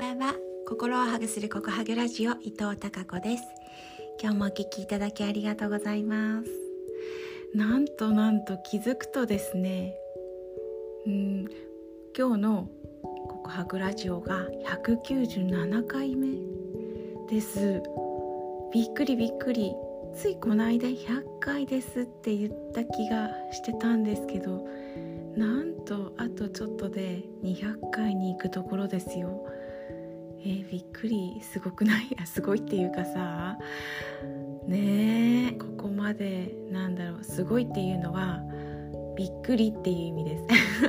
ばんは。心をハグするココハグラジオ、伊藤孝子です。今日もお聞きいただきありがとうございます。なんと気づくとですね、今日のココハグラジオが197回目です。びっくり。ついこの間100回ですって言った気がしてたんですけど、なんとあとちょっとで200回に行くところですよ。びっくり。すごくない？すごいっていうかさ、ねえ、ここまですごいっていうのはびっくりっていう意味です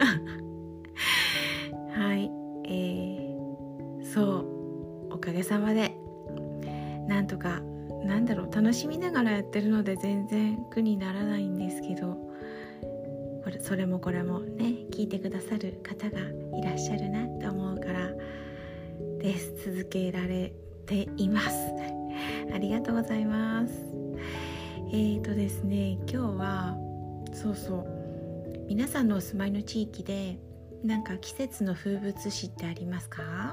はい、そうおかげさまでなんとか楽しみながらやってるので全然苦にならないんですけど、それもこれもね、聞いてくださる方がいらっしゃるなと思うからです。続けられていますありがとうございます。ですね、今日は皆さんのお住まいの地域で季節の風物詩ってありますか？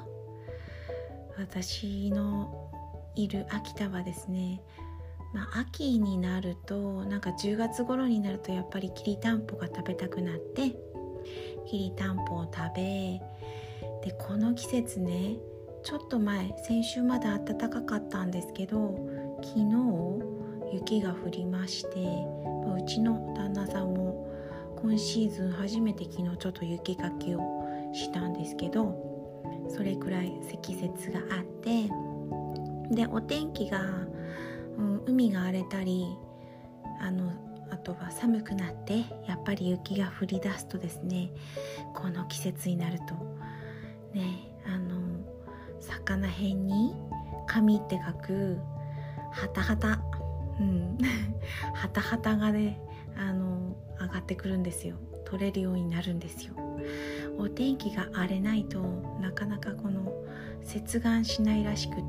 私のいる秋田はですね、秋になると10月頃になるとやっぱりきりたんぽが食べたくなって、きりたんぽを食べで、この季節ね、ちょっと先週まで暖かかったんですけど、昨日雪が降りまして、うちの旦那さんも今シーズン初めて昨日ちょっと雪かきをしたんですけど、それくらい積雪があって、でお天気が、海が荒れたりあとは寒くなってやっぱり雪が降り出すとですね、この季節になるとね、魚辺に紙って書くハタハタハタハタがね上がってくるんですよ。取れるようになるんですよ。お天気が荒れないとなかなかこの接岸しないらしくって、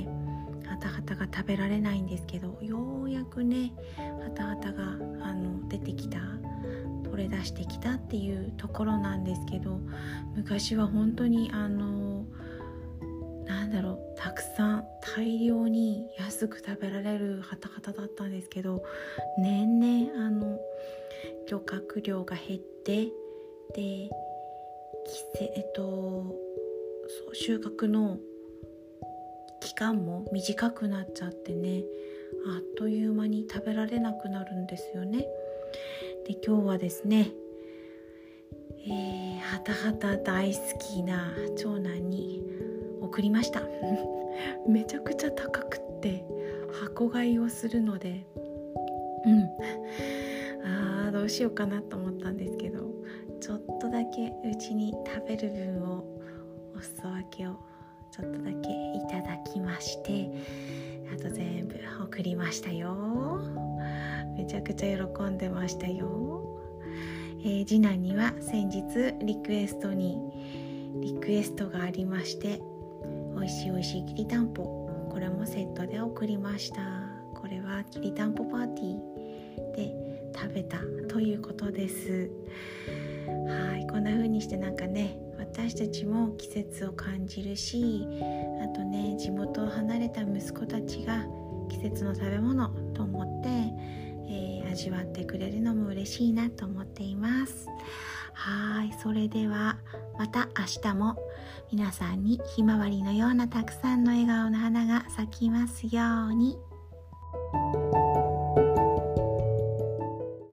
ハタハタが食べられないんですけど、ようやくねハタハタが出てきた、取れ出してきたっていうところなんですけど、昔は本当にたくさん大量に安く食べられるハタハタだったんですけど、年々漁獲量が減って、で収穫の期間も短くなっちゃってね、あっという間に食べられなくなるんですよね。で今日はですね、ハタハタ大好きな長男に送りましためちゃくちゃ高くって箱買いをするので、どうしようかなと思ったんですけど、ちょっとだけうちに食べる分をお裾分けをちょっとだけいただきまして、あと全部送りましたよ。めちゃくちゃ喜んでましたよ。次男には先日リクエストがありまして、おいしいきりたんぽ、これもセットで送りました。これはきりたんぽパーティーで食べたということです。はい、こんな風にして私たちも季節を感じるし、あとね、地元を離れた息子たちが季節の食べ物と思って、味わってくれるのも嬉しいなと思っています。はい、それではまた明日も皆さんにひまわりのようなたくさんの笑顔の花が咲きますように。